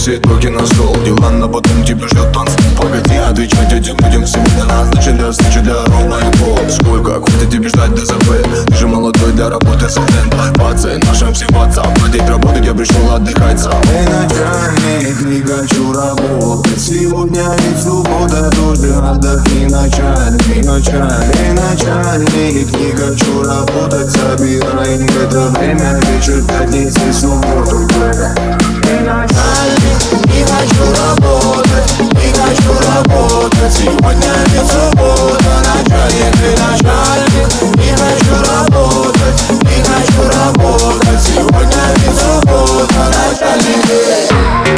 все итоги на стол. Дела на потом, тебя ждет танц. Погоди, отвечать этим людям всем до нас. Значит, до встречи, до ровно и пол. Сколько хватит тебе ждать до ЗП? Ты же молодой для работы студент. Пацан, нашим всем пацам платить работать, я пришел отдыхать сам. Эй, начальник, не хочу работать. Сегодня ведь суббота, тоже отдохни, начальник. Эй, начальник, не хочу работать. Забираем в это время вечер пятницы, субботу. Эй, начальник, не хочу работать. Не хочу работать. Сегодня ведь суббота, начальник. Эй, начальник, не хочу работать. Не хочу работать. Сегодня ведь суббота, начальник.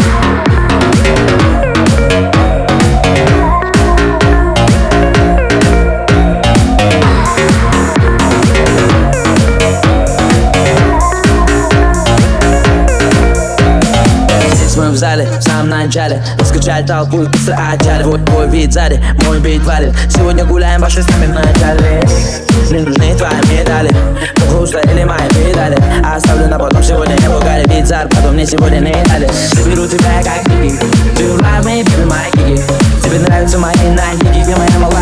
Мы в зале, в самом начале. Раскачали толпу и быстро отчали. Твой вид сзади, мой бит валит. Сегодня гуляем, пошли с нами в начале. Мне нужны твои медали, грустно или мои педали. Оставлю на потом, сегодня не пугали. Ведь зарплату мне сегодня не дали. Заберу тебя как кики. Do you love me, baby, my kiki? Тебе нравятся мои нагики, моя молодая.